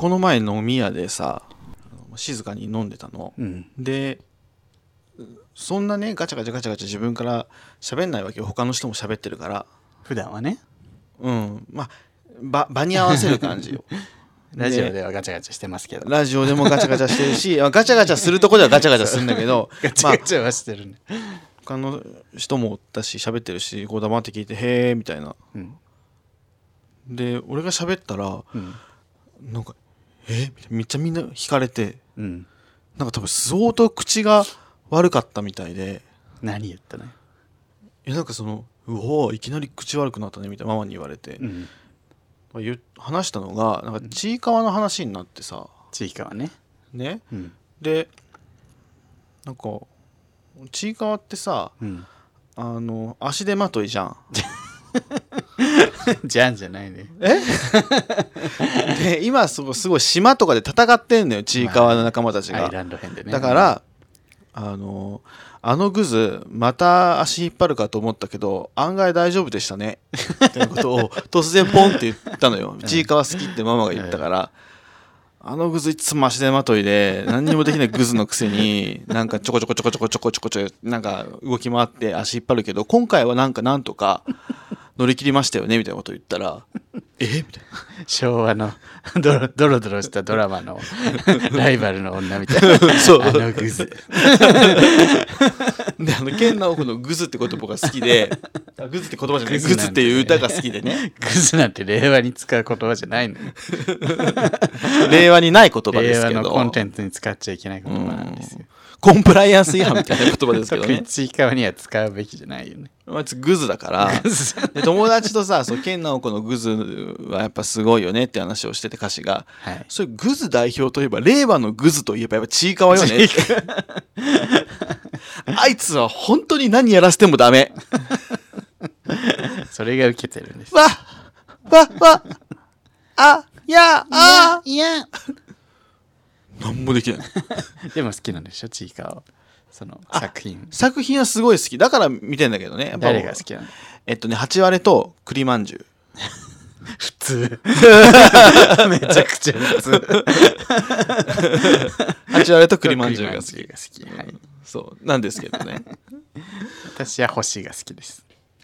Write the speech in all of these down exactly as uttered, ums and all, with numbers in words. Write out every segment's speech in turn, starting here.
この前飲み屋でさ静かに飲んでたの、うん、でそんなねガチャガチャガチャガチャ自分から喋んないわけよ。他の人も喋ってるから普段はね。 うんまあ 場, 場に合わせる感じよラジオではガチャガチャしてますけど、 ラジオでもガチャガチャしてるしガチャガチャするとこではガチャガチャするんだけどガチャガチャはしてるね、まあ、 他の人もおったし喋ってるしこう黙って聞いてへーみたいな、うん、で俺が喋ったら、うん、なんかえめっちゃみんな惹かれて、うん、なんか多分相当口が悪かったみたいで。 何言ったの？ いやなんかそのうおいきなり口悪くなったねみたいなママに言われて、うん、話したのがなんかちいかわの話になってさ、 ちいかわねね、うん、でなんかちいかわってさ、うん、あの足手まといじゃんじゃんじゃないね。 えで今すごい、すごい島とかで戦ってんのよちいかわの仲間たちが、まあ、 アイランド編でね。 だから、うん、あのあのグズまた足引っ張るかと思ったけど案外大丈夫でしたねっていうことを突然ポンって言ったのよ。ちいかわ好きってママが言ったから、うん、あのグズいつも足手まといで何にもできないグズのくせになんかちょこちょこちょこちょこちょこちょこちょこなんか動き回って足引っ張るけど今回はなんかなんとか乗り切りましたよねみたいなことを言ったらえみたいな昭和のドロドロドロしたドラマのライバルの女みたいなそうあのグズであの研ナオコのグズって言葉が好きでグズって言葉じゃないグズっていう歌が好きでね。 グズなんて令和に使う言葉じゃないの令和にない言葉ですけど令和のコンテンツに使っちゃいけない言葉なんですよ。 コンプライアンス違反みたいな言葉ですけどね。 ちいかわには使うべきじゃないよね。 あいつグズだからで友達とさそう研ナオコのグズはやっぱすごいよねって話をしてて歌詞が、はい、それグズ代表といえば令和のグズといえばやっぱちいかわよねあいつは本当に何やらせてもダメそれが受けてるんです。 わわわあやあいや何もできないでも好きなんでしょちいかわその作品。 作品はすごい好きだから見てんだけどね。やっぱ誰が好きなの？ えっとねはち割れと栗まんじゅう普通めちゃくちゃ普通はち割れと栗まんじゅうが好きが好き、はい、 そうなんですけどね私は星が好きです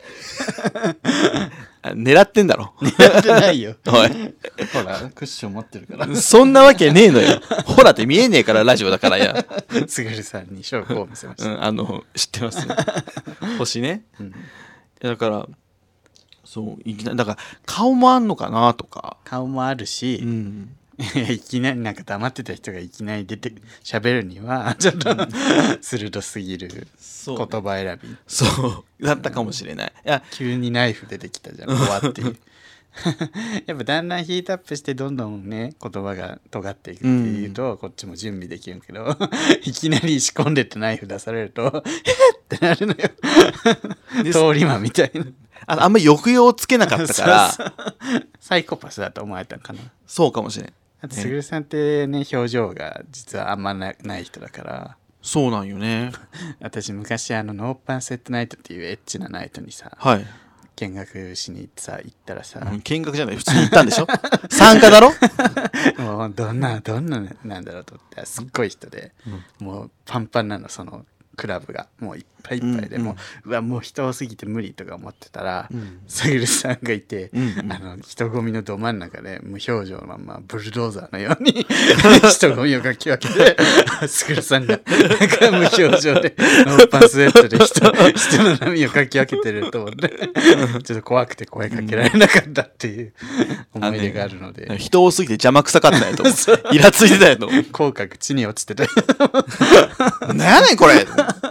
狙ってんだろ。 狙ってないよおいほらクッション持ってるからそんなわけねえのよほらって見えねえからラジオだからやすぐるさんに証拠を見せました、 うん、あの知ってます星ね、うん、だからそういきなりだから顔もあんのかなとか。 顔もあるし、うん、いきなりなんか黙ってた人がいきなり出て喋るにはちょっと鋭すぎる言葉選びそうだったかもしれない。いや急にナイフ出てきたじゃん怖っていうやっぱだんだんヒートアップしてどんどんね言葉が尖っていくっていうと、うん、こっちも準備できるけどいきなり仕込んでってナイフ出されるとえっってなるのよ通り魔みたいな。 あ, あんまり抑揚をつけなかったからそうそうサイコパスだと思われたのかな。 そうかもしれん。 あとすぐるさんってね表情が実はあんま な, ない人だからそうなんよね私昔あのノーパンセットナイトっていうエッチなナイトにさ、 はい、 見学しに行ってさ行ったらさ、 うん、見学じゃない普通に行ったんでしょ参加だろもうどんなどんななんだろうと思ってすっごい人で、うん、もうパンパンなのそのクラブがもういっぱいいっぱいで、うん、もう、うん、うわもう人多すぎて無理とか思ってたら、うん、すぐるさんがいて、うんうん、あの人混みのど真ん中で無表情のままブルドーザーのように人混みをかき分けてすぐるさんがなんか無表情でノーパンスウェットで 人, 人の波をかき分けてると思ってちょっと怖くて声かけられなかったっていう思い出があるので、 ね、人多すぎて邪魔くさかったやとイラついてたやと口角地に落ちてたなんやねんこれ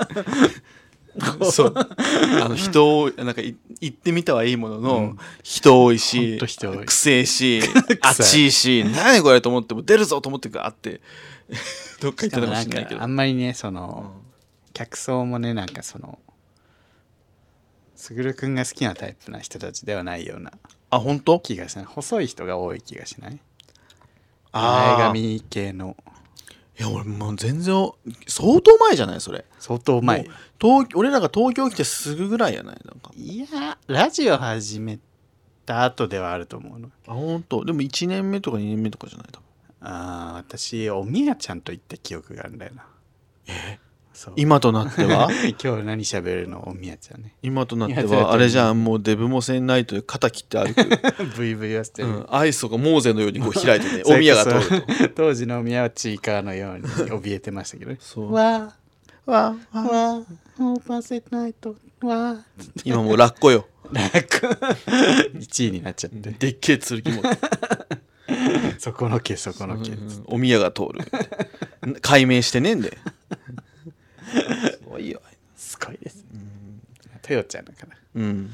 そうあの人をなんか行ってみたはいいものの、うん、人多いしくせえし暑いし何やこれと思っても出るぞと思ってガーってどっか行ったかもしれないけどあんまりねその、うん、客層もねなんかそのすぐるくんが好きなタイプな人たちではないようなあ本当気がしない。細い人が多い気がしない。前髪系のいや俺もう全然相当前じゃないそれ。 相当前。 東俺らが東京来てすぐぐらいやないなんか。 いやラジオ始めた後ではあると思うの。 あ本当でもいちねんめとかにねんめとかじゃない多分。 ああ私おみやちゃんと行った記憶があるんだよな。 えそう今となっては今日何喋るのおみやちゃんね。 今となっていや絶対はあれじゃん、もうデブもせんないという肩切って歩く、 ブイブイはしてる、 うん、アイスがモーゼのようにこう開いてねお宮が通ると当時のおみやはチーカーのように怯えてましたけどね。 そうわわわーわーオーパーセットナイトわー今もうラッコよ楽いちいになっちゃってでっけえ剣持ってそこのけそこのけ、 うんお宮が通る解明してねえんですごいよ、 すごいです、トヨちゃんだからうん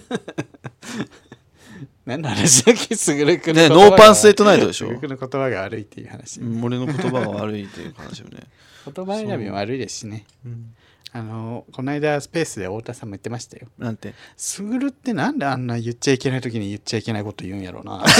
何の話だっけすぐるくんのね、 言葉がノーパンスエットナイトでしょすぐるくんの言葉が悪いっていう話、 うん俺の言葉が悪いっていう話よね、 言葉選びも悪いですしね。 うんあのこの間スペースで太田さんも言ってましたよ。 なんてすぐるってなんであんな言っちゃいけない時に言っちゃいけないこと言うんやろうな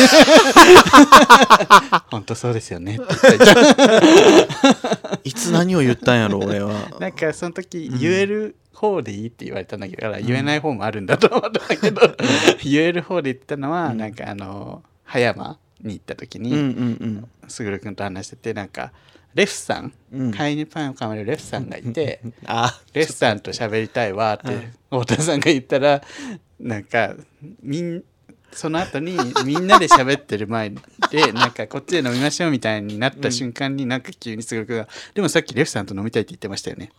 本当そうですよねって言ったいつ何を言ったんやろ俺はなんかその時言える方でいいって言われたんだけど、だから言えない方もあるんだと思ったんだけど、言える方で言ったのは、 うんなんかあの葉山に行った時に、 うんうんすぐるくんと話してて、なんかレフさん、 うん飼いにパンをかまれるレフさんがいて、 あレフさんと喋りたいわって太田さんが言ったら、なんかみんその後にみんなで喋ってる前でなんかこっちで飲みましょうみたいになった瞬間に、なんか急にすぐるくんが「でもさっきレフさんと飲みたいって言ってましたよね」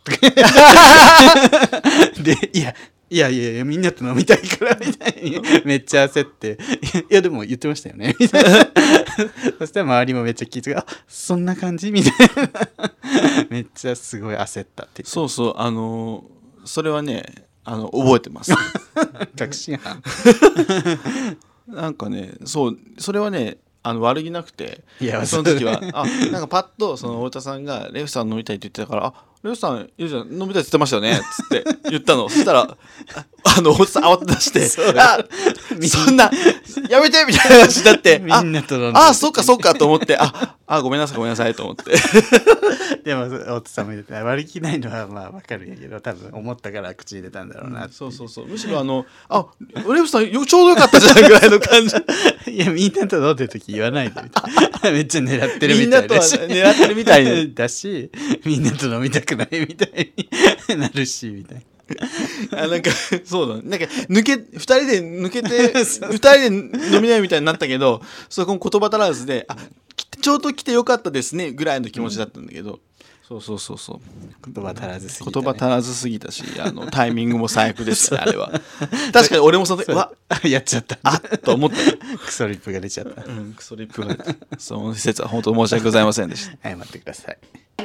でいやいやいやいやみんなと飲みたいからみたいにめっちゃ焦って「いやでも言ってましたよね」みたいなそしたら周りもめっちゃ聞いて「あそんな感じ?」みたいなめっちゃすごい焦ったって言ってそうそうあのーそれはねあの覚えてます確信犯なんかねそうそれはねあの悪気なくていやその時はあなんかパッとその太田さんがレフさん飲みたいって言ってたからあレフさんいるじゃん飲みたいって言ってましたよねっつって言ったのそしたらああの太田さん慌て出してそうあそんなやめてみたいな話になってみんなと飲んでああそっかそっかと思ってああごめんなさいごめんなさいと思ってでも太田さんも言ってた悪気ないのはまあ分かるんやけど多分思ったから口入れたんだろうなって、 そうそうそうむしろあのあレフさんよちょうどよかったじゃんぐらいの感じいやみんなと飲んでる時言わないでみたいなめっちゃ狙ってるみみんなとはたいだし狙ってるみたいだしみんなと飲みたくないみたいになるしみたいなあなんかそうだなんか抜け二人で抜けて二人で飲みないみたいになったけどそこも言葉足らずであ来てちょうど来てよかったですねぐらいの気持ちだったんだけど、そうそうそうそう言葉足らずすぎた、ね、 言葉足らずすぎたしあのタイミングも最悪でしたねあれは確かに俺もその時わやっちゃったあっと思ったクソリップが出ちゃったうんクソリップがその施設は本当申し訳ございませんでした謝ってください。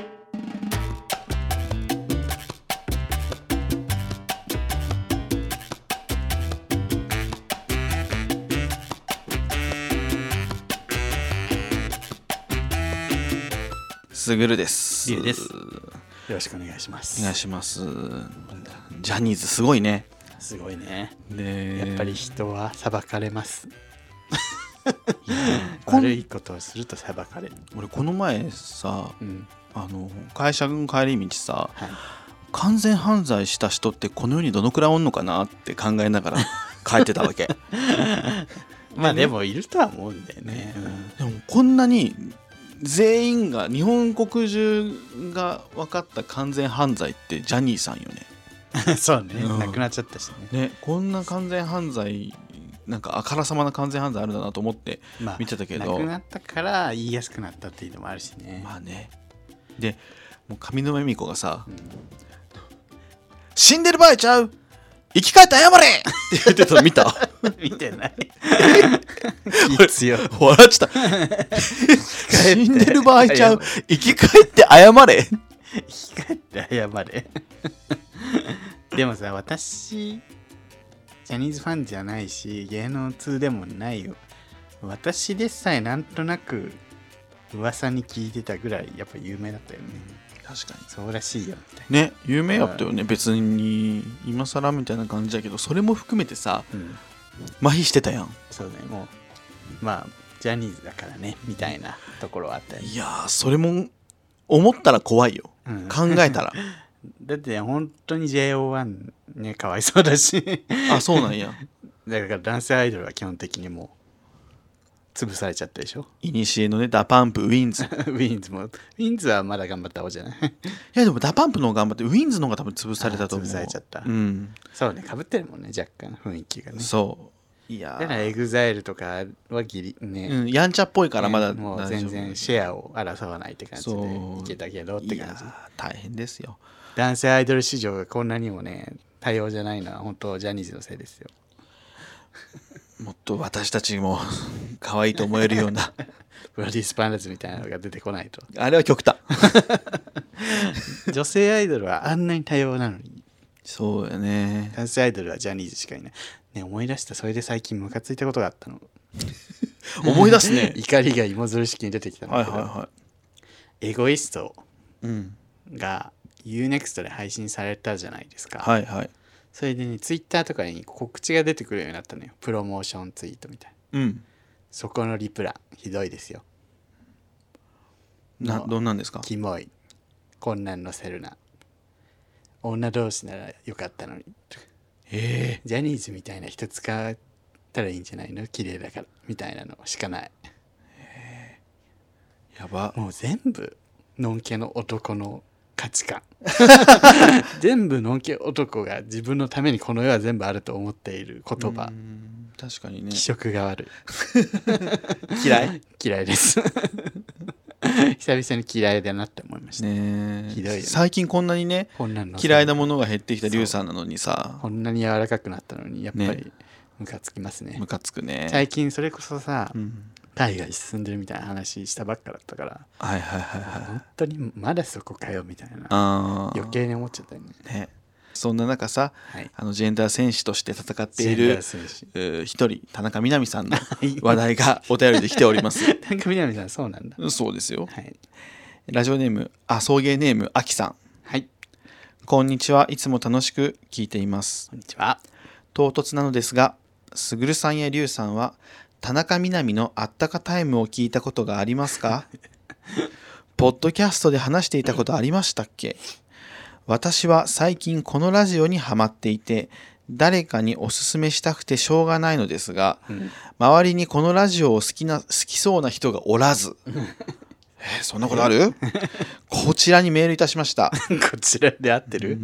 すぐるですリュウですよろしくお願いしますお願いしますジャニーズすごいねすごいねでやっぱり人は裁かれますこん悪いことをすると裁かれる、 俺この前さうんあの会社の帰り道さはい、 完全犯罪した人ってこの世にどのくらいおんのかなって考えながら帰ってたわけまあでもいるとは思うんだよね、 でもこんなに全員が日本国中が分かった完全犯罪ってジャニーさんようん、そうね、 うんなくなっちゃったしね、 ねねこんな完全犯罪なんかあからさまな完全犯罪あるんだなと思ってまあ見てたけど、 なくなったから言いやすくなったっていうのもあるしね、 まあねでもう上沼恵美子がさ、 うん、 死んでる場合ちゃう生き返って謝れって言ってたの見た見てない気強い笑っちゃった死んでる場合ちゃう生き返って謝れ生き返って謝れでもさ私ジャニーズファンじゃないし芸能通でもないよ私でさえなんとなく噂に聞いてたぐらいやっぱ有名だったよね、 確かにそうらしいよみたいなね有名やったよね、別に今更みたいな感じだけどそれも含めてさうん麻痺してたやんそうねもうまあジャニーズだからねみたいなところはあったよね、 いやーそれも思ったら怖いよ、 うん考えたらだってね本当に ジェイオーワン ねかわいそうだしあそうなんやだから男性アイドルは基本的にも潰されちゃったでしょ。 いにしえのねダパンプウィンズ。いウィンズもウィンズはまだ頑張った方じゃない。 やでもダパンプの方が頑張ってウィンズの方が多分潰されたと思う。 潰されちゃった、 うん、 そうね、かぶってるもんね若干雰囲気がね。 そういやだからエグザイルとかはギリね、 うん、やんちゃっぽいからまだ、 ね、もう全然シェアを争わないって感じでいけたけどって感じ。 大変ですよ。 男性アイドル市場がこんなにもね多様じゃないのは本当ジャニーズのせいですよ。 もっと私たちも可愛いと思えるようなプロデュースパンダズみたいなのが出てこないと。 あれは極端。 女性アイドルはあんなに多様なのに。 そうやね。 男性アイドルはジャニーズしかいない。ね、思い出した。それで最近ムカついたことがあったの。 思い出すね。 怒りが芋づる式に出てきたんだけど、 はいはいはい、 エゴイストうんが ユーネクスト で配信されたじゃないですか。 はいはい。 それでね、ツイッターとかに告知が出てくるようになったのよ。プロモーションツイートみたいな。 うん。 そこのリプランひどいですよ。 などんなんですか。 キモい。こんなん載せるな。女同士ならよかったのに。 えジャニーズみたいな人使ったらいいんじゃないの、綺麗だからみたいなのしかない。 やば。 もう全部のんけの男の価値観。全部のんけ男が自分のためにこの世は全部あると思っている言葉。 確かにね。 気色が悪い。 嫌い嫌いです。久々に嫌いだなって思いました。 ね、 ひどいよね。 最近こんなにねこんなの嫌いなものが減ってきたリュウさんなのにさ、 こんなに柔らかくなったのにやっぱりムカつきますね。 ムカつくね。 最近それこそさ、 うん、 海外進んでるみたいな話したばっかだったから、 はいはいはいはい、 本当にまだそこかよみたいなあ余計に思っちゃったよね。 ね、そんな中さ、 はい、 あのジェンダー戦士として戦っている一人田中みな実さんの話題がお便りで来ております。 田中みな実さん、そうなんだ。 そうですよ、 はい、 ラジオネームあ送迎ネームあきさん、 はい、 こんにちは。いつも楽しく聞いています。 こんにちは。 唐突なのですが、すぐるさんやりゅうさんは田中みな実のあったかタイムを聞いたことがありますか？ポッドキャストで話していたことありましたっけ？私は最近このラジオにハマっていて、誰かにおすすめしたくてしょうがないのですが、うん、周りにこのラジオを好きな好きそうな人がおらず、えー、そんなことある？こちらにメールいたしました。 こちらで合ってる？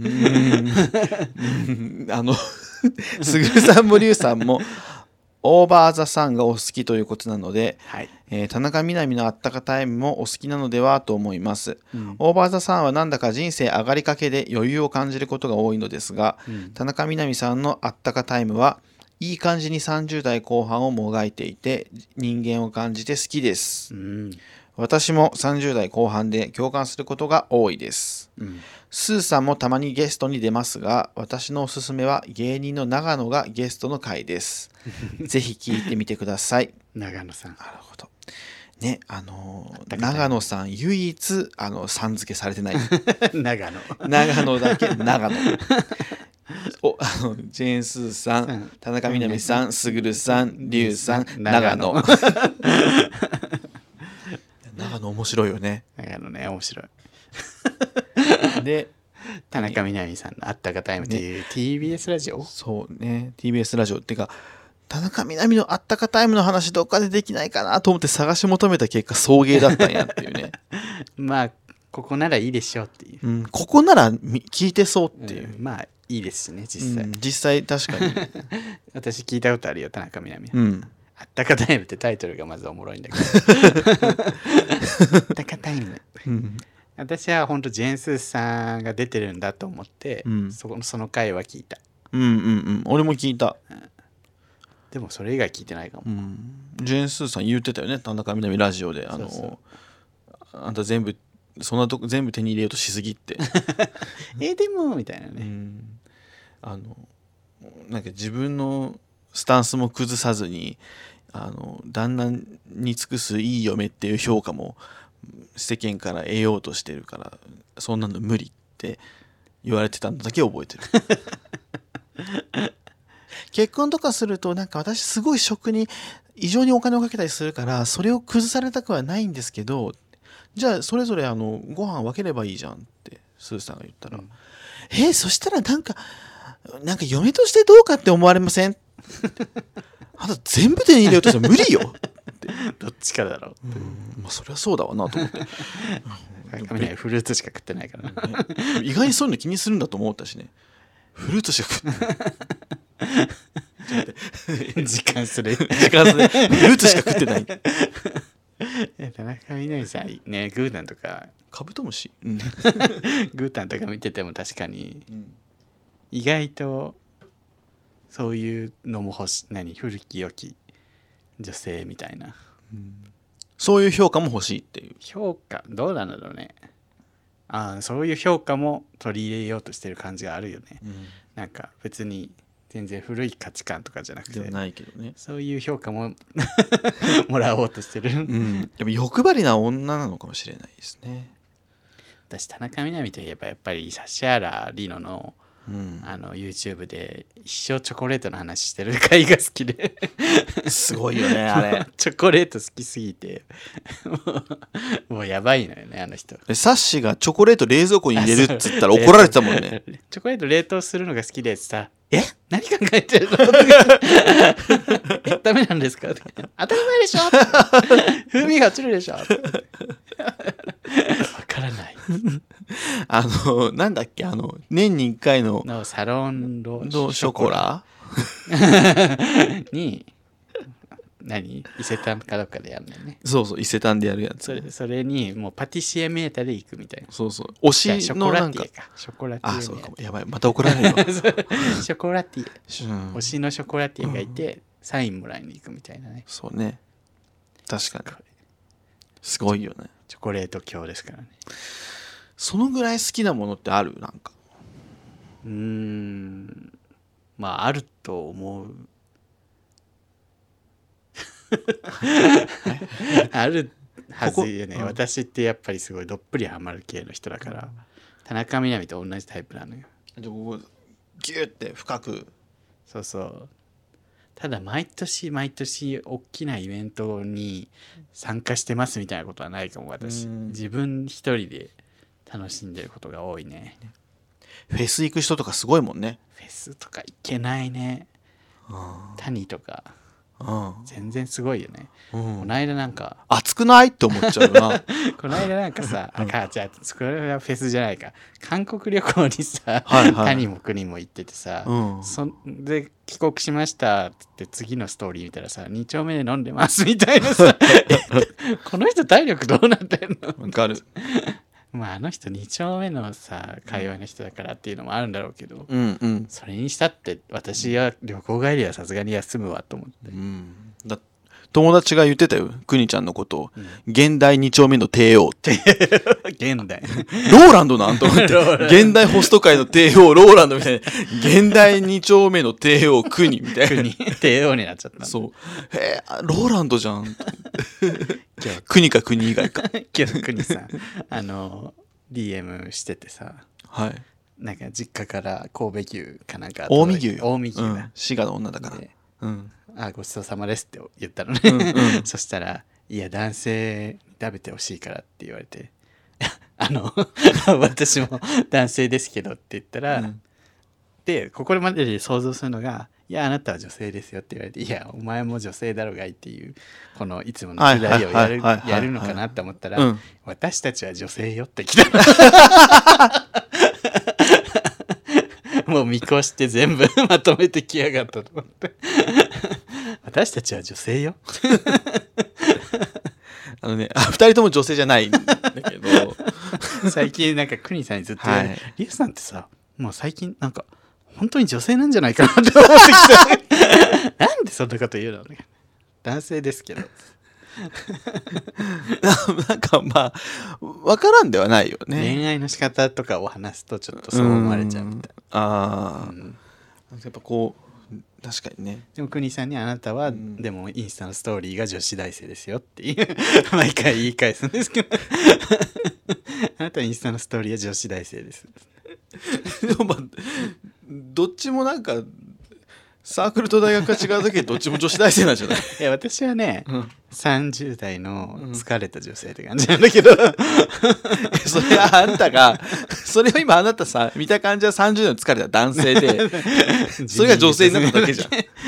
あのすぐるさんもりゅうさんもオーバーザさんがお好きということなので、はい、えー、田中みな実のあったかタイムもお好きなのではと思います、うん、オーバーザさんはなんだか人生上がりかけで余裕を感じることが多いのですが、うん、田中みな実さんのあったかタイムはいい感じにさんじゅう代後半をもがいていて人間を感じて好きです、うん、私もさんじゅう代後半で共感することが多いです、うん、スーさんもたまにゲストに出ますが、私のおすすめは芸人の長野がゲストの回ですぜひ聞いてみてください。 長野さん、 なるほどね、あのー、長野さん唯一あのさん付けされてない長野長野だけ長野おあのジェーンスーさん、うん、田中みな実さん、すぐるさん、りゅうさん、長野長野面白いよね。 長野ね、面白いで田中みな実さんのあったかタイムっていう、ね、ティービーエス ラジオ、 そうね ティービーエス ラジオっていうか田中みな実のあったかタイムの話どっかでできないかなと思って探し求めた結果送迎だったんやっていうねまあここならいいでしょうっていう、 うん、ここなら聞いてそうっていう、 うん、まあいいですしね実際、うん、 実際確かに私聞いたことあるよ田中みな実、 うん、 あったかタイムってタイトルがまずおもろいんだけどあったかタイム、うん、私は本当ジェーンスーさんが出てるんだと思って、うん、そのその回は聞いた。 うんうんうん、俺も聞いた、うん、 でもそれ以外聞いてないかも、うん、 ジェーンスーさん言ってたよね、田中みな実ラジオで、あのそうそう、あんた全部そんなとこ全部手に入れようとしすぎってえでもみたいなね、 うん、あのなんか自分のスタンスも崩さずにあの旦那に尽くすいい嫁っていう評価も世間から得ようとしてるから、そんなの無理って言われてたのだけ覚えてる結婚とかするとなんか私すごい食に異常にお金をかけたりするからそれを崩されたくはないんですけど、じゃあそれぞれあのご飯分ければいいじゃんってスーさんが言ったら、うん、えー、そしたらなんかなんか嫁としてどうかって思われませんあと全部手に入れようとしたら無理よってどっちかだろう、 うんまあ、そりゃそうだわなと思って雷フルーツしか食ってないからな、 ね、意外にそういうの気にするんだと思ったしね。フルーツしか食ってない時間する時間するフルーツしか食ってない田中みな実さんね、グータンとかカブトムシ、うん、 グータンとか見てても確かに意外とそういうのも欲し何古き良き女性みたいな、 うん、そういう評価も欲しいっていう。 評価どうなんだろうね。ああ、そういう評価も取り入れようとしてる感じがあるよね、うん、なんか別に全然古い価値観とかじゃなくてではないけどね、 そういう評価ももらおうとしてる、うん、 でも欲張りな女なのかもしれないですね。 私田中みな実といえばやっぱり指原莉乃の、うん、あの YouTube で一生チョコレートの話してる回が好きですごいよねあれチョコレート好きすぎてもう、もうやばいのよねあの人。 サッシがチョコレート冷蔵庫に入れるっつったら怒られてたもんねチョコレート冷凍するのが好きでさ、え何考えてるのえダメなんですか当たり前でしょ風味が落ちるでしょわからないあのなんだっけあの年にいっかいののサロンロショコラに何伊勢丹かどっかでやるんだよね。 そうそう伊勢丹でやるやつ。 それそれにもうパティシエメーターで行くみたいな。 そうそう推しのなんかショコラティエかショコラティエ。 あそうかもやばいまた怒られるよショコラティエ、うん、推しのショコラティエがいて、うん、サインもらいに行くみたいなね。 そうね確かにすごいよね。 チョコレート教ですからね。 そのぐらい好きなものってある？なんかうーんまああると思うあるはずよね。ここ、うん、私ってやっぱりすごいどっぷりハマる系の人だから、うん、田中みな実と同じタイプなのよ。 でここギュッて深くそうそう。ただ毎年毎年大きなイベントに参加してますみたいなことはないかも私。自分一人で楽しんでることが多いね。 フェス行く人とかすごいもんね。 フェスとか行けないね。谷とか全然すごいよね、うん、この間なんか熱くないって思っちゃうなこの間なんかさ、うん、あじゃあこれはフェスじゃないか韓国旅行にさ、 はいはい、 谷も国も行っててさ、うん、そで帰国しましたって次のストーリー見たらさに丁目で飲んでますみたいなさこの人体力どうなってんのわかるまああの人に丁目のさ界隈の人だからっていうのもあるんだろうけど、 うんうん、 それにしたって私は旅行帰りはさすがに休むわと思って、 うん、だ友達が言ってたよくにちゃんのことを、うん、現代に丁目の帝王って現代ローランドなんと思って現代ホスト界の帝王ローランドみたいな現代に丁目の帝王国みたいな国帝王になっちゃったそうへえローランドじゃん国か国以外か今日国さんあの ディーエム しててさ、 はい、 なんか実家から神戸牛かなんか近江牛よ近江牛だ、うん、 滋賀の女だから、 うんあごちそうさまですって言ったのね、うんうん、そしたらいや男性食べてほしいからって言われてあの私も男性ですけどって言ったら、うん、でここまでで想像するのがいやあなたは女性ですよって言われていやお前も女性だろうがいっていうこのいつものくだりをやるやるのかなって思ったら、うん、私たちは女性よって来たもう見越して全部まとめてきやがったと思って私たちは女性よあのねあふたりとも女性じゃないんだけど最近なんかクニさんにずっと言われて、はい、リュウさんってさもう最近なんか本当に女性なんじゃないかなって思ってきたなんでそんなこと言うの男性ですけどなんかまあ分からんではないよね。 恋愛の仕方とかを話すとちょっとそう思われちゃうみたいな。 ああ、うん、やっぱこう確かにね。 でも国さんにあなたは、うん、でもインスタのストーリーが女子大生ですよっていう毎回言い返すんですけどあなたインスタのストーリーは女子大生ですでもまあどっちもなんかサークルと大学が違うだけでどっちも女子大生なんじゃない？ いや私はね、うん、さんじゅう代の疲れた女性って感じなんだけど、うん、 それはあんたがそれを今あなたさ見た感じはさんじゅう代の疲れた男性でそれが女性になっただけじゃん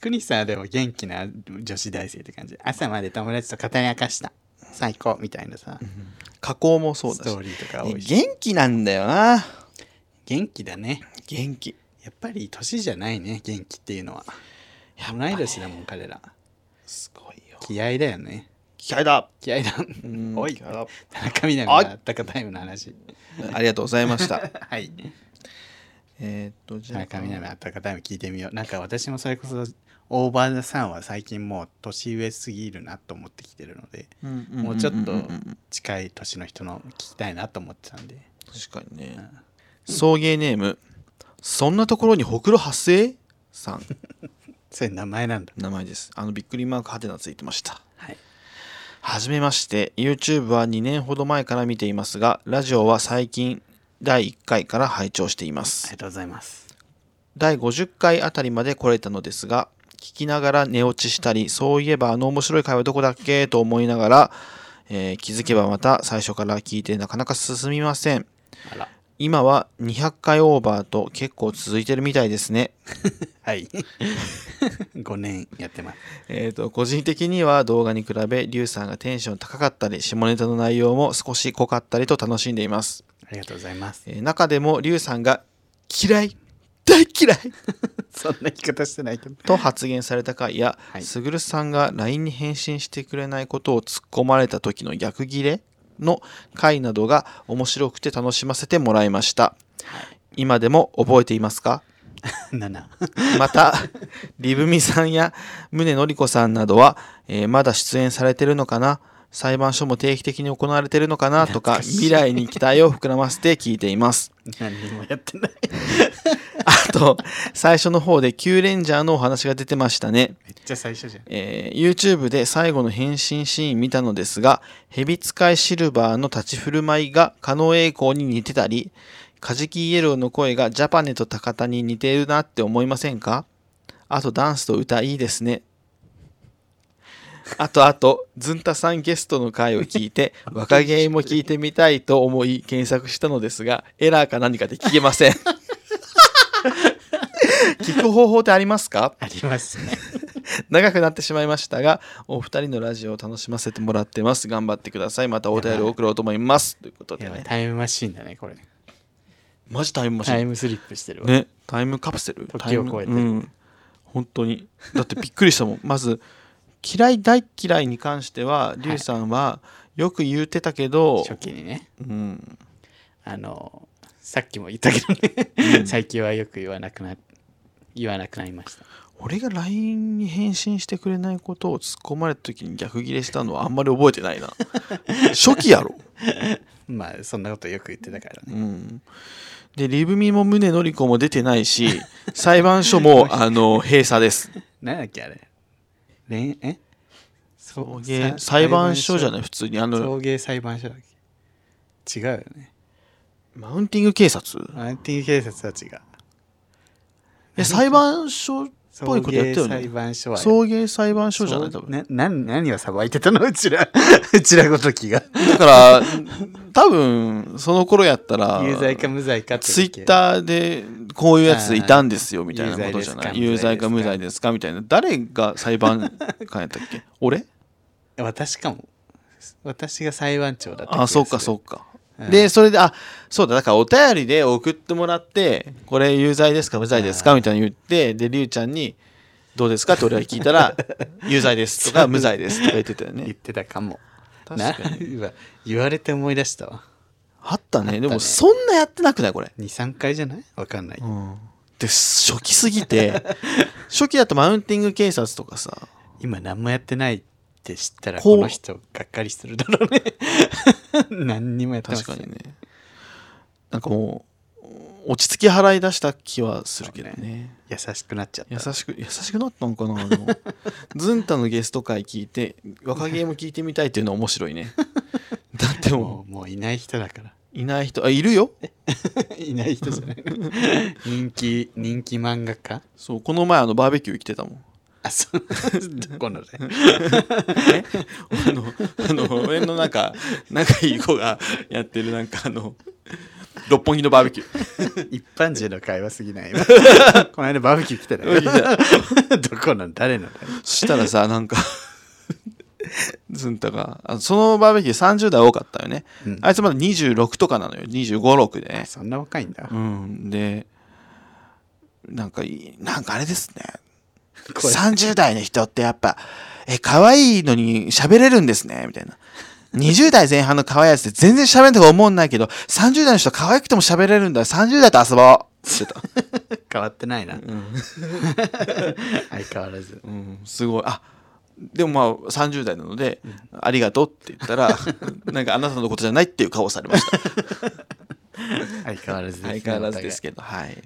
クニさんはでも元気な女子大生って感じ。朝まで友達と語り明かした最高みたいなさ、うん、 加工もそうだしストーリーとか多いし、 元気なんだよな。 元気だね。 元気。 やっぱり年じゃないね、元気っていうのは。同い年だもん彼ら。 すごいよ。 気合だよね。 気合だ。 気合だ。おい、田中みな実のあったかタイムの話。 ありがとうございました。 はい。えー、っとじゃあ田中みな実のあったかタイム聞いてみよう。なんか私もそれこそオーバーザさんは最近もう年上すぎるなと思ってきてるので、もうちょっと近い年の人の聞きたいなと思ってたんで。 確かにね。うん、送迎ネームそんなところにほくろ発生さん。 それ名前なんだ。 名前です。あのびっくりマークハテナついてました。 はい。 はじめまして。 YouTube はにねんほど前から見ていますが、ラジオは最近だいいっかいから拝聴しています。 ありがとうございます。 だいごじゅっかいあたりまで来れたのですが、聞きながら寝落ちしたり、そういえばあの面白い会話どこだっけと思いながら、えー、気づけばまた最初から聞いてなかなか進みません。 あら。 今はにひゃっかいオーバーと結構続いてるみたいですね。 はいごねんやってます。 えっと個人的には動画に比べリュウさんがテンション高かったり、下ネタの内容も少し濃かったりと楽しんでいます。 ありがとうございます。 えー、中でもリュウさんが嫌い大嫌いそんな言い方してないけどと発言された回や、 はい、 すぐるさんが ライン に返信してくれないことを突っ込まれた時の逆ギレの回などが面白くて楽しませてもらいました。はい、今でも覚えていますか？ ななまたリブミさんや宗典子さんなどは、えー、まだ出演されてるのかな、裁判所も定期的に行われてるのかなとか、未来に期待を膨らませて聞いています。 何にもやってないあと最初の方でキューレンジャーのお話が出てましたね。 めっちゃ最初じゃん。 えー、YouTube で最後の変身シーン見たのですが、蛇使いシルバーの立ち振る舞いが狩野英孝に似てたり、カジキイエローの声がジャパネと高田に似てるなって思いませんか？あとダンスと歌いいですね。あとあとズンタさんゲストの回を聞いて若芸も聞いてみたいと思い検索したのですが、エラーか何かで聞けません。聞く方法ってありますか？ ありますね。 長くなってしまいましたが、お二人のラジオを楽しませてもらってます。頑張ってください。またお便りを送ろうと思います。ということでね。 タイムマシーンだねこれ。 マジタイムマシーン。 タイムスリップしてるわ。 ね、タイムカプセル。 時を超えてる。うん、 本当に。だってびっくりしたもん。まず嫌い大嫌いに関してはリュウさんはよく言ってたけど、 はい、初期にね。 うん。 あのさっきも言ったけどね、うん、最近はよく言わなくな言わなくなりました。 俺が ライン に返信してくれないことを突っ込まれた時に逆ギレしたのはあんまり覚えてないな。初期やろ。 まあそんなことよく言ってたからね。 うん、でリブミも宗典子も出てないし、裁判所もあの閉鎖です。 なんだっけあれ。れえ送迎裁判所じゃない普通にあの送迎裁判所だっけ。違うよね。 マウンティング警察。 マウンティング警察は違う。 え裁判所っぽいことやったよね。 送迎裁判所は送迎裁判所じゃない多分。 な何何をさばいてたのうちらうちらごときが。 だから多分その頃やったら有罪か無罪かってツイッターでこういうやついたんですよみたいなことじゃない。有罪か無罪ですかみたいな。誰が裁判官やったっけ？俺？ 私かも。私が裁判長だった。 あ、そうかそうか。うん、でそれであそうだだからお便りで送ってもらってこれ有罪ですか無罪ですかみたいに言ってでりゅうちゃんにどうですかって俺が聞いたら有罪ですとか無罪ですとか言ってたよね。 言ってたかも。 確かに言われて思い出したわ。 あったね。でもそんなやってなくないこれ。 にさんかいじゃないわかんない、 うん、で初期すぎて初期だとマウンティング警察とかさ今何もやってないって知ったらこの人がっかりするだろうね。何にもやってますよ。 確かにね。なんかもう落ち着き払い出した気はするけど ね, ね優しくなっちゃった。 優しく優しくなったのかな。あのズンタのゲスト会聞いて若芸も聞いてみたいっていうのは面白いね。だってもうもう、もういない人だから。 いない人あいるよ。 いない人じゃない。人気人気漫画家。 そうこの前あのバーベキュー来てたもん。 あそうどこのねあのあの俺のなんか仲いい子がやってるなんかあの六本木のバーベキュー一般人の会話すぎないこの間バーベキュー来てたよどこの誰のそしたらさなんかずんたがあそのバーベキューさんじゅう代多かったよね、うん、あいつまだにじゅうろくとかなのよにじゅうご、ろくでそんな若いんだ、 うん、でなんかなんかあれですねさんじゅう代の人ってやっぱえ可愛いのに喋れるんですねみたいなにじゅう代前半の可愛いやつって全然喋るとか思うんないけどさんじゅう代の人可愛くても喋れるんださんじゅう代と遊ぼうって言ってた変わってないな、うん、相変わらず、 うん、すごいあでもまあさんじゅう代なので、うん、ありがとうって言ったらなんかあなたのことじゃないっていう顔をされました相変わらずです、ね、 相変わらずですけどはい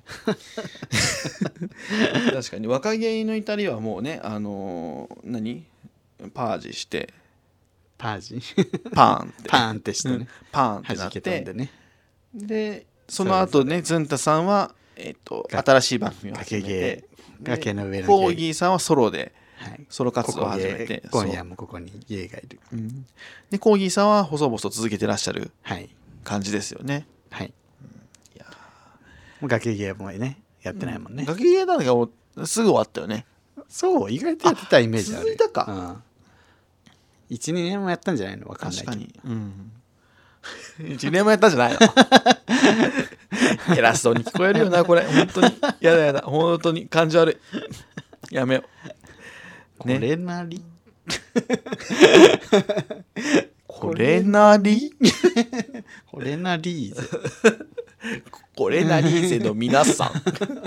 確かに若気の至りはもうねあのー、何パージしてパージパーンってパーンってしてね、 うん、パーンってなって弾け飛んでねでその後ねずんたさんは、えー、と新しい番組を始めて崖の上のコーギーさんはソロではい、 ソロ活動を始めて今夜もここにゲイがいる、 うん、でコーギーさんは細々続けてらっしゃるはい感じですよねはい、うん、いやもう崖芸もねやってないもんね、 うん、崖芸なんかもうすぐ終わったよねそう意外とやってたイメージある続いたか、 うん、いちにねんもやったんじゃないの分かんないけど確かに、うん、いちねんもやったんじゃないの偉そうに聞こえるよなこれ本当にやだやだ本当に感じ悪いやめようこれなりこれなりこれなりーぜこれなりーぜの皆さん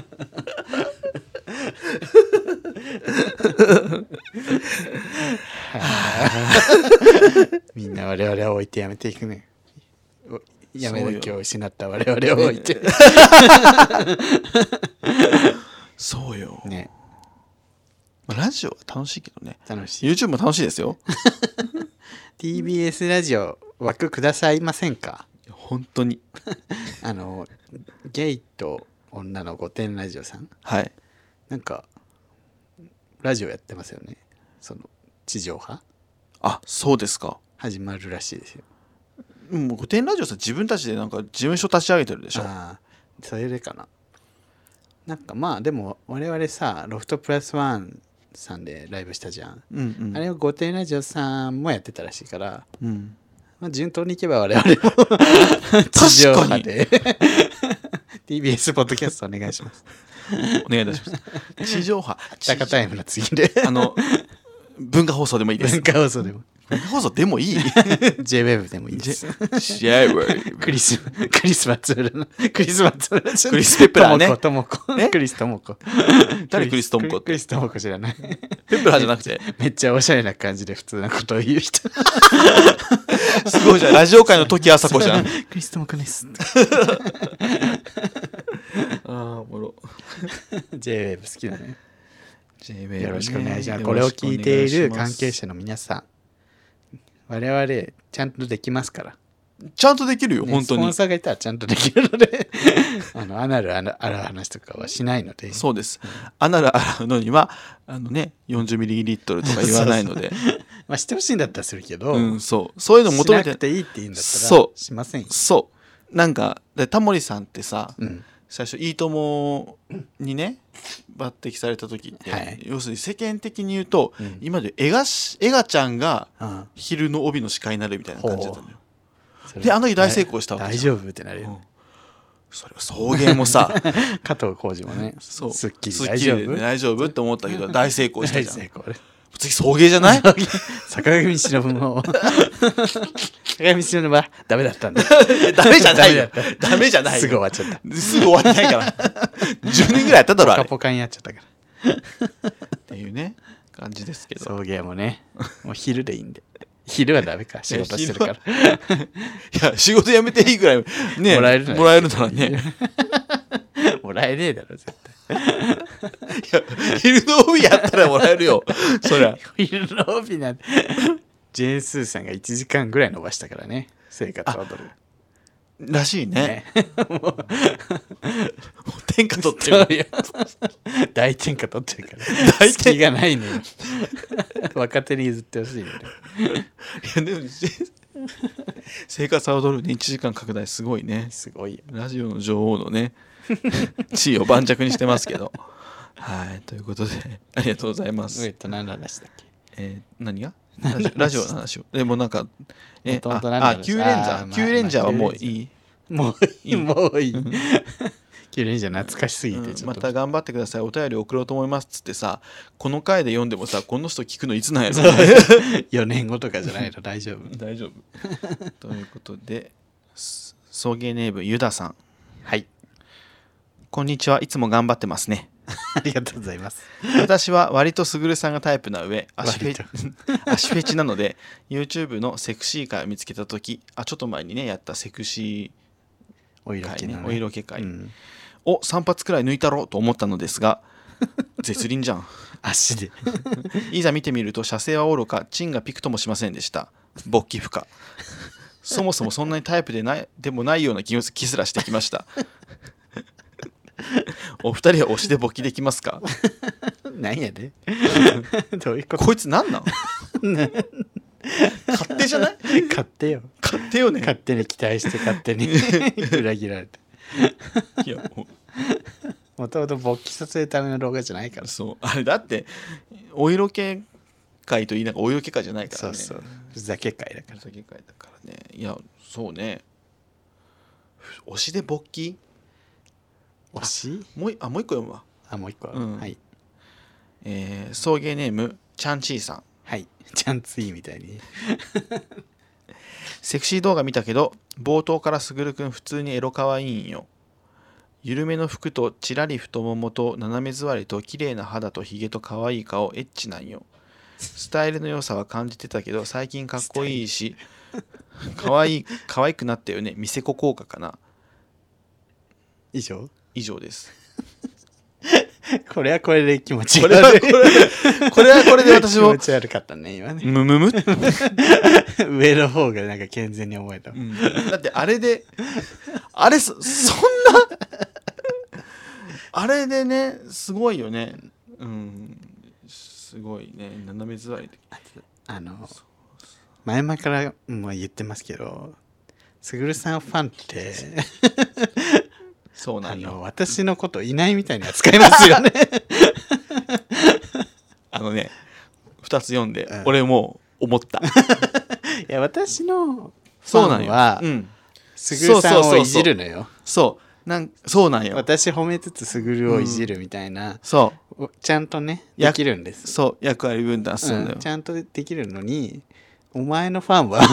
みんな我々を置いてやめていくねやめる気を失った我々を置いてそうよねラジオは楽しいけどね楽しい YouTube も楽しいですよティービーエス ラジオ枠くださいませんか本当にあのゲイと女の御殿ラジオさんはいなんかラジオやってますよねその地上波あそうですか始まるらしいですよもう御殿ラジオさん自分たちでなんか事務所立ち上げてるでしょああそれでかななんかまあでも我々さロフトプラスワンさんでライブしたじゃん、 うんうん、 あれを御殿ラジオさんもやってたらしいから、 うんまあ、順当にいけば我々も地上波でティービーエス ポッドキャストお願いしますお願いいたします地上波タカタイムの次であの文化放送でもいいです文化放送でも文化放送でもいいジェイウェブ でもいいですジェイウェブクリスクリスマスのクリスマスのクリスペプラーねともこクリスともこ誰クリスともこクリスともこ知らないペプラーじゃなくてめっちゃおしゃれな感じで普通なことを言う人すごいじゃんラジオ界の時あさこじゃんクリスともこですああおもろジェイウェブ 好きだねジェイウェブ ねよろしくお願いしますこれを聞いている関係者の皆さん我々ちゃんとできますからちゃんとできるよ、ね、本当にスポンサーがいたらちゃんとできるのであのアナルある話とかはしないのでそうです、うん、アナル洗うのにはあのね よんじゅうミリリットル とか言わないのでそうそうまあしてほしいんだったらするけど、 うん、そうそういうの求めてしなくていいって言うんだったらそうしませんよそうなんかでタモリさんってさ、うん、最初「いいとも!」にね抜擢された時って、はい、要するに世間的に言うと、うん、今でエガしエガちゃんが昼の帯の司会になるみたいな感じだったのよ、うん、であの日大成功したわけ大丈夫ってなるよ、うん、 それは送迎もさ加藤浩次もねそうスッキリ大丈夫大丈夫って思ったけど大成功したじゃん大成功次送迎じゃない坂上忍も坂上忍はダメだったんだダメじゃないよダメじゃないすぐ終わっちゃったすぐ終わってないからじゅうねんぐらいやっただろあれポカポカにやっちゃったからっていうね感じですけど送迎もねもう昼でいいんで昼はダメか仕事してるからいや仕事辞めていいぐらいねもらえるもらえるならねもらえねえだろ絶対いや昼の帯やったらもらえるよそりゃ昼の帯なんてジェーンスーさんがいちじかんぐらい伸ばしたからね生活を踊るらしいねもう天下取ってる大天下取ってるから大天がないね若手に譲ってほしいねいやでも生活は踊るねいちじかん拡大すごいね。 すごいよ。 ラジオの女王のね地位を盤石にしてますけどはいということでありがとうございます。 えっと何の話だっけ。 えー、何がラジオラジオの話をでもなんかえ元々何のあ話あキューレンジャーあーまあキューレンジャーはもういい、 もういいもういいキュレンジャー懐かしすぎてうんちょっと、 また頑張ってくださいお便り送ろうと思いますっつってさこの回で読んでもさこの人聞くのいつなんやろよねんごとかじゃないの大丈夫。 大丈夫ということで送迎ネームゆださんはいこんにちはいつも頑張ってますねありがとうございます。 私は割とすぐるさんがタイプな上足フ割とェ足フェチなので YouTube のセクシー回を見つけた時あちょっと前にねやったセクシおー回ね色気のねお色気回、 うんをさん発くらい抜いたろうと思ったのですが絶倫じゃん足でいざ見てみると射精はおろかチンがピクともしませんでした勃起不可そもそもそんなにタイプでないでもないような気も気すらしてきましたお二人は推しで勃起できますかなんやでどういうことこいつなんなん勝手じゃない買ってよ勝手よね勝手に期待して勝手に裏切られていやももともと勃起させるための動画じゃないからうそうあれだってお色気会といいなんかお色気会じゃないからねそうそうふざけ会だからふざけ会だからねいやそうね推しで勃起推しもういあもう一個読むわあもう一個、 うんはいえー、送迎ネームチャンチーさんはいちゃんついみたいにセクシー動画見たけど冒頭からすぐるくん普通にエロかわいいんよ緩めの服とちらり太ももと斜め座りと綺麗な肌とひげと可愛い顔エッチなんよスタイルの良さは感じてたけど最近かっこいいし可愛い可愛くなったよね見せ子効果かな以上以上ですこれはこれで気持ちこれは悪いこれこれはこれで私気も持ち悪かったね今ねムムム、 上の方がなんか健全に思えた、 うんだってあれであれそそんなあれでねすごいよねうんすごいね斜め座りであの前々からもう言ってますけどすぐるさんファンってそうなんよあの私のこといないみたいに扱いますよねあのねふたつ読んで、 うん俺もう思ったいや私のフそうなんよァンはうんすぐるさんをいじるのよそうなんそうなんよ私褒めつつすぐるをいじるみたいな、 そちゃんとねやできるんですうそう役割分担するんだよ、 うん、ちゃんとできるのにお前のファンは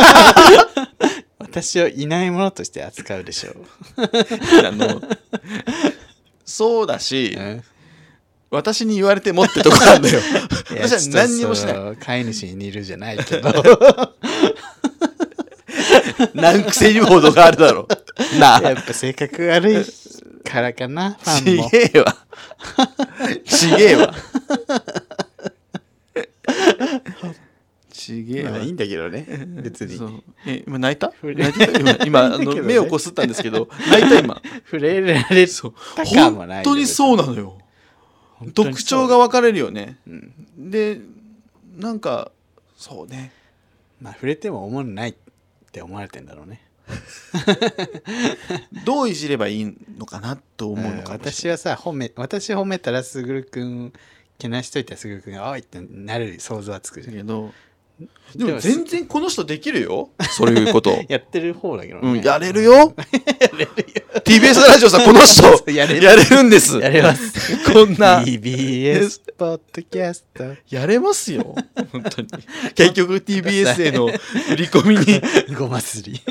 私をいないものとして扱うでしょう、 あのそうだし、 うん私に言われてもってとこなんだよいや私は何にもしないちょっと飼い主に似るじゃないけど何癖にも程があるだろうなあやっぱ性格悪いからかなファンもちげえわちげえわちげえわまあいいんだけどね別にそうえ今泣いた触れ泣いてた今今あのいいんだけどね目をこすったんですけど泣いた今触れられそうたかもない本当にそうなのよ特徴が分かれるよね、 うんでなんかそうねまあ触れても思わないって思われてんだろうねどういじればいいのかなと思うのうんかもし私はさ褒め私褒めたらすぐるくんけなしといたらすぐるくんが「おい!」ってなる想像はつくじゃんれないけどででもも全然この人できるよそういうことやってる方だけどね、 うんやれるよ ティービーエス ラジオさこの人やれるやれるんですやれますこんなティービーエス ポッドキャストやれますよ本当に結局 ティービーエス への売り込みにごますり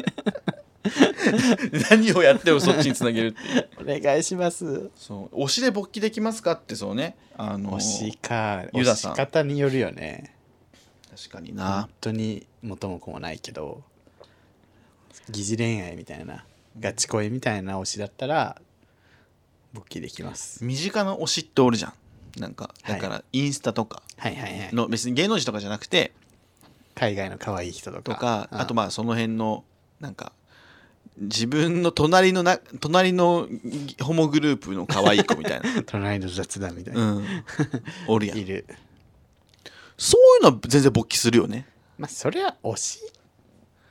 何をやってもそっちにつなげるっていうお願いしますそう推しで勃起できますかってそうねあの推しかユダさん推し方によるよね確かにな本当に元も子もないけど疑似恋愛みたいなガチ恋みたいな推しだったら勃起できます身近な推しっておるじゃんなんかだからインスタとかはいはいはいの別に芸能人とかじゃなくて海外の可愛い人とかとかうんあとまあその辺のなんか自分の隣のな隣のホモグループの可愛い子みたいな隣の雑談みたいな、 うんおるやんいるそういうのは全然勃起するよねまあそれは推し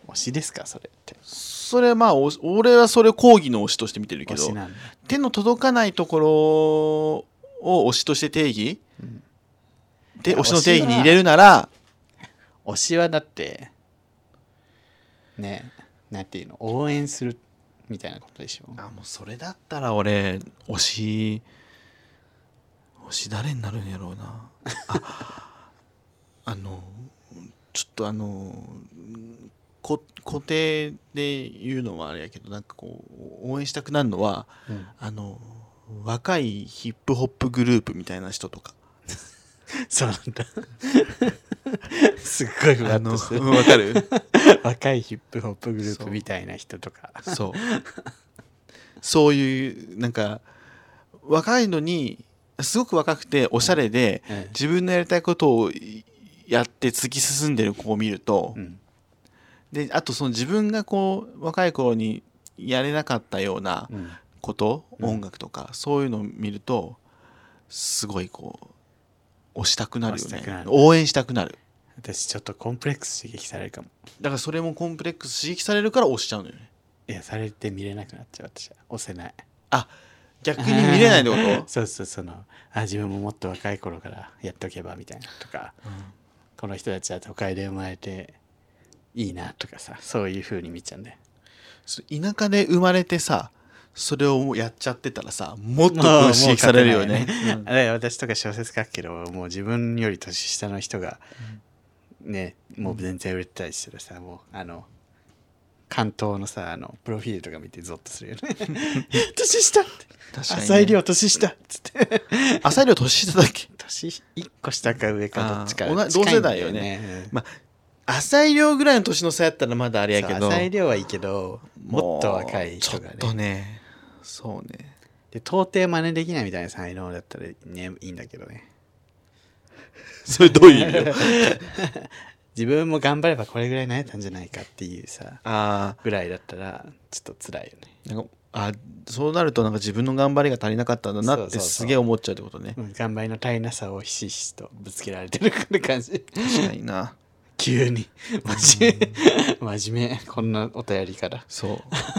推しですかそれって。 それはまあお俺はそれを講義の推しとして見てるけど、 推しなんだ。 手の届かないところを推しとして定義、うん、で推しの定義に入れるなら、 推しはだってね、なんていうの、応援するみたいなことでしょ。 あ、もうそれだったら俺推し推し誰になるんやろうな。ああのちょっとあのこ固定で言うのはあれやけど、なんかこう応援したくなるのは、うん、あの若いヒップホップグループみたいな人とか。 そうなんだ。すっごいふわっとしてる。 わかる？ 若いヒップホップグループみたいな人とか。 そう。そうそういうなんか若いのにすごく若くておしゃれで、うん、自分のやりたいことをやって突き進んでる子を見ると、うん、であとその自分がこう若い頃にやれなかったようなこと、うん、音楽とかそういうのを見るとすごいこう押したくなるよね。応援したくなる。 私ちょっとコンプレックス刺激されるかも。 だからそれもコンプレックス刺激されるから押しちゃうのよね。 いや、されて見れなくなっちゃう。私は押せない。 あ、逆に見れないってこと？ そうそう、そのあ自分ももっと若い頃からやっとけばみたいなとか、うん、この人たちは都会で生まれていいなとかさ、そういう風に見ちゃうんで。 田舎で生まれてさそれをやっちゃってたらさ、もっと刺激されるよね。 うん、私とか小説書くけど、もう自分より年下の人がね、もう全然売れてたりしたらさ、もうあの関東のさ、あのプロフィールとか見てゾッとするよね。年下って。浅井亮年下っつって。 浅井亮年下だっけ？ 年いっこ下か上かどっちか。 同世代よね。まあ浅井亮ぐらいの年の差やったらまだあれやけど。 浅井亮はいいけど、もっと若い人がね。 ちょっとね。そうね。 で到底真似できないみたいな才能だったらね、いいんだけどね。 それどういう意味？ 自分も頑張ればこれぐらいになれたんじゃないかっていうさ、 あぐらいだったらちょっと辛いよね。 なんかあそうなるとなんか自分の頑張りが足りなかったんだなってすげえ思っちゃうってことね。 そうそうそう、頑張りの足りなさをひしひしとぶつけられてる感じ。 確かにな。 急に真面目真面目、こんなお便りから。 そう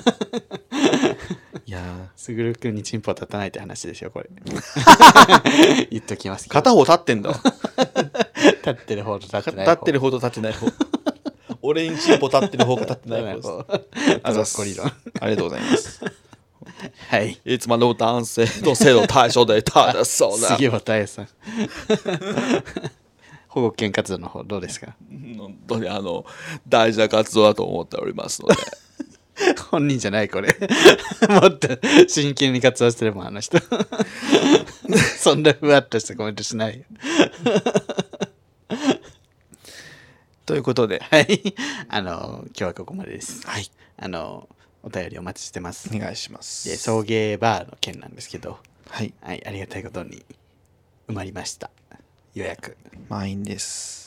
いやすぐるくんにチンポ立たないって話ですよこれ。言っときますけど、 片方立ってんだ。 立ってる方と立ってない方。 立ってる方と立ってない方。俺にチンポ立ってる方か立ってない方です。 あざっこ理論。 ありがとうございます。 はい。 いつまでも男性の性の対象でただそうな。 杉本彩さん。保護犬活動の方どうですか？ 本当にあの大事な活動だと思っておりますので。 本人じゃないこれ。もっと真剣に活動してるもんあの人。そんなふわっとしたコメントしないよ。 ということで、 はい、あの今日はここまでです。 はい、 あのお便りお待ちしてます。 お願いします。 で送迎バーの件なんですけど、 はい、 はい、ありがたいことに埋まりました。予約満員です。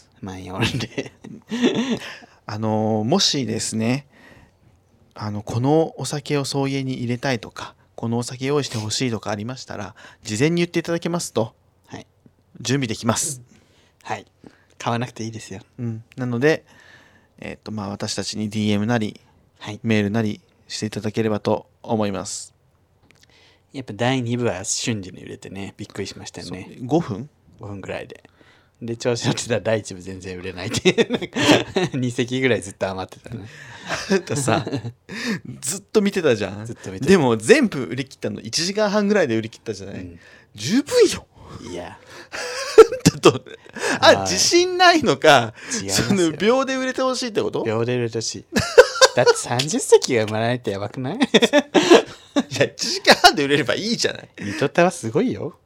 満員おるんであのもしですね、あのこのお酒を送迎に入れたいとか、このお酒用意してほしいとかありましたら、事前に言っていただけますと、はい、準備できます。 はい、買わなくていいですよ。 うん、なので、えーとまあ、私たちに ディーエム なり、はい、メールなりしていただければと思います。 やっぱだいに部は瞬時に売れてね、びっくりしましたよね。 ごふん ? ご 分ぐらいで。で調子乗ってたらだいいち部全然売れないってに席ぐらいずっと余ってたね。 なんかさずっと見てたじゃん。ずっと見てた。でも全部売り切ったのいちじかんはんぐらいで売り切ったじゃない、うん、十分よ。 いやちょっとあ自信ないのか、その秒で売れてほしいってこと？ 秒で売れてほしい。だってさんじゅっ席が埋まらないってやばくない？いやいちじかんはんで売れればいいじゃない。 水戸田はすごいよ。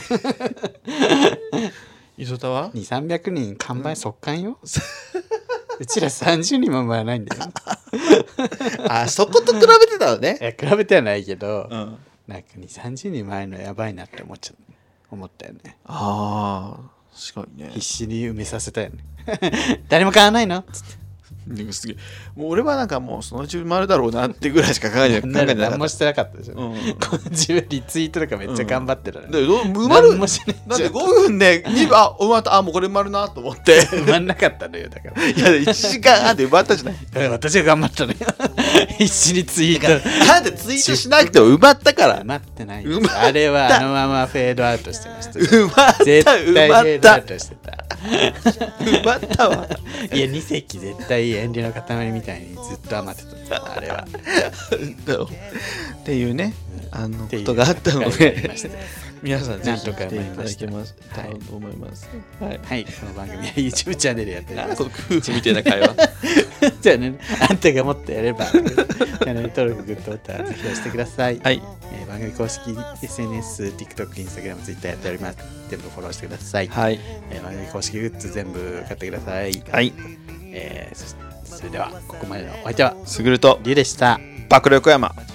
磯田はにせんさんびゃくにん完売速乾よ、うん、うちらさんじゅうにんも回らないんだよ。 あそこと比べてたのね。 いや比べてはないけど、うん、なんかにせんさんじゅうにん回るのやばいなって思っちゃ思ったよね。 ああ確かにね。 必死に埋めさせたよね。誰も買わないのっつってでもすげえもう俺はなんかもうそのうち埋まるだろうなってぐらいしか考えてな考えてなかった何もしてなかったでしょ、 うん自分リツイートとかめっちゃ頑張ってるのに、 でどう埋まる何もしないだってごふんでにあ埋まったあもうこれ埋まるなと思って埋まんなかったのよだからいやいちじかんはんで埋まったじゃないだから私が頑張ったのよ必死にツイートなんでツイートしなくても埋まったから埋まってない埋まったあれはあのままフェードアウトしてました埋まった絶対フ埋まェードアウったトしてた埋まったわいやに席絶対遠慮の塊みたいにずっと余ってたあれはっていうねあのっていうことがあったの回がありでました皆さんぜひなんとか来ていただ埋まりましたけますはいと思いますはいはいこの番組は YouTube チャンネルやっておりますなんだこの夫婦みたいな会話じゃあねあんたがもっとやればチャンネル登録グッドボタンぜひ押してください、 はいえー番組公式 エスエヌエス、TikTok、Instagram、Twitter やっております全部フォローしてください、 はいえー番組公式グッズ全部買ってください、 はいえーそそれではここまでのお相手はすぐるとリュウでした。 爆力山